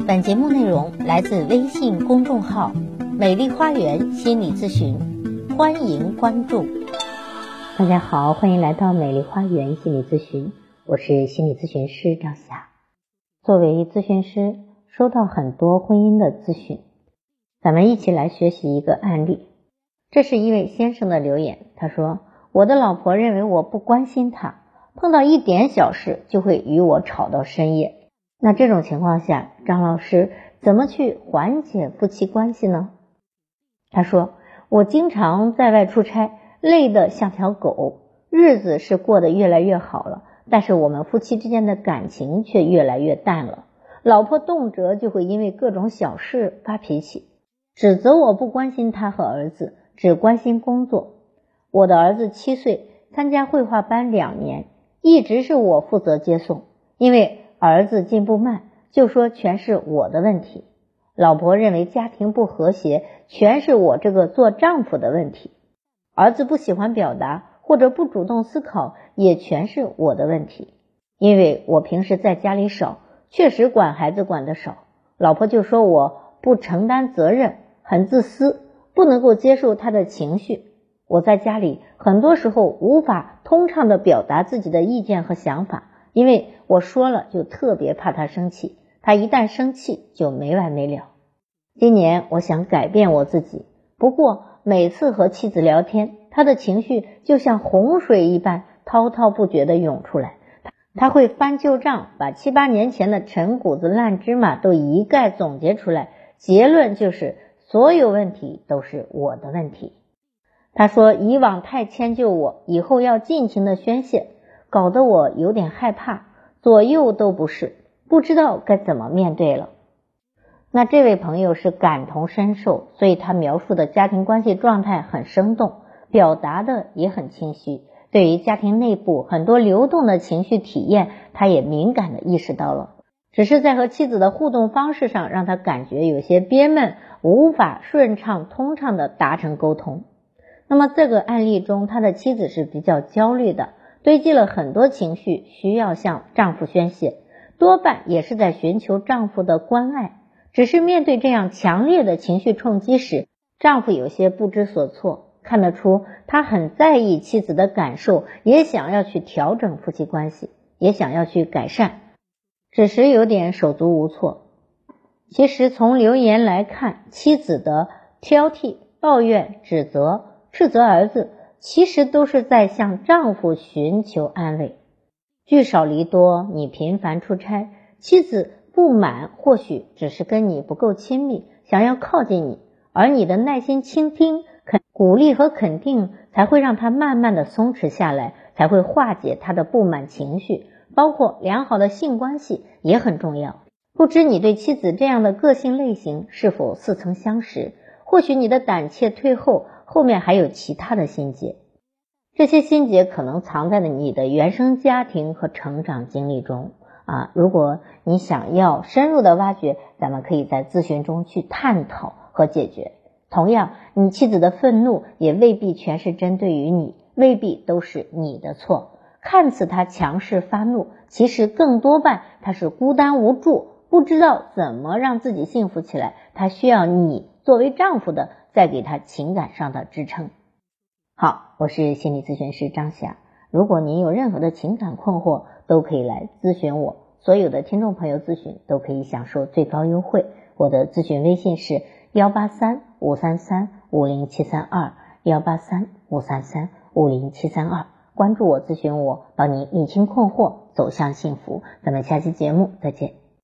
本节目内容来自微信公众号美丽花园心理咨询，欢迎关注。大家好，欢迎来到美丽花园心理咨询，我是心理咨询师张霞。作为咨询师，收到很多婚姻的咨询，咱们一起来学习一个案例。这是一位先生的留言，他说，我的老婆认为我不关心她，碰到一点小事就会与我吵到深夜。那这种情况下，张老师怎么去缓解夫妻关系呢？他说，我经常在外出差，累得像条狗，日子是过得越来越好了，但是我们夫妻之间的感情却越来越淡了。老婆动辄就会因为各种小事发脾气，指责我不关心他和儿子，只关心工作。我的儿子7岁，参加绘画班2年，一直是我负责接送，因为儿子进步慢，就说全是我的问题。老婆认为家庭不和谐，全是我这个做丈夫的问题。儿子不喜欢表达或者不主动思考，也全是我的问题。因为我平时在家里少，确实管孩子管得少，老婆就说我不承担责任，很自私，不能够接受他的情绪。我在家里很多时候无法通畅地表达自己的意见和想法，因为我说了就特别怕他生气，他一旦生气就没完没了。今年我想改变我自己，不过每次和妻子聊天，他的情绪就像洪水一般滔滔不绝地涌出来。他会翻旧账，把7、8年前的陈谷子烂芝麻都一概总结出来，结论就是所有问题都是我的问题。他说以往太迁就我，以后要尽情的宣泄，搞得我有点害怕，左右都不是，不知道该怎么面对了。那这位朋友是感同身受，所以他描述的家庭关系状态很生动，表达的也很清晰。对于家庭内部很多流动的情绪体验，他也敏感地意识到了，只是在和妻子的互动方式上让他感觉有些憋闷，无法顺畅通畅地达成沟通。那么这个案例中，他的妻子是比较焦虑的，堆积了很多情绪，需要向丈夫宣泄，多半也是在寻求丈夫的关爱。只是面对这样强烈的情绪冲击时，丈夫有些不知所措，看得出他很在意妻子的感受，也想要去调整夫妻关系，也想要去改善，只是有点手足无措。其实从留言来看，妻子的挑剔、抱怨、指责、斥责儿子，其实都是在向丈夫寻求安慰。聚少离多，你频繁出差，妻子不满或许只是跟你不够亲密，想要靠近你，而你的耐心倾听、鼓励和肯定才会让他慢慢的松弛下来，才会化解他的不满情绪。包括良好的性关系也很重要。不知你对妻子这样的个性类型是否似曾相识，或许你的胆怯退后，后面还有其他的心结。这些心结可能藏在你的原生家庭和成长经历中如果你想要深入的挖掘，咱们可以在咨询中去探讨和解决。同样，你妻子的愤怒也未必全是针对于你，未必都是你的错。看似他强势发怒，其实更多半他是孤单无助，不知道怎么让自己幸福起来，他需要你作为丈夫的再给他情感上的支撑。好，我是心理咨询师张霞。如果您有任何的情感困惑，都可以来咨询我，所有的听众朋友咨询都可以享受最高优惠。我的咨询微信是183-533-50732 183-533-50732，关注我，咨询我，帮您理清困惑，走向幸福。咱们下期节目再见。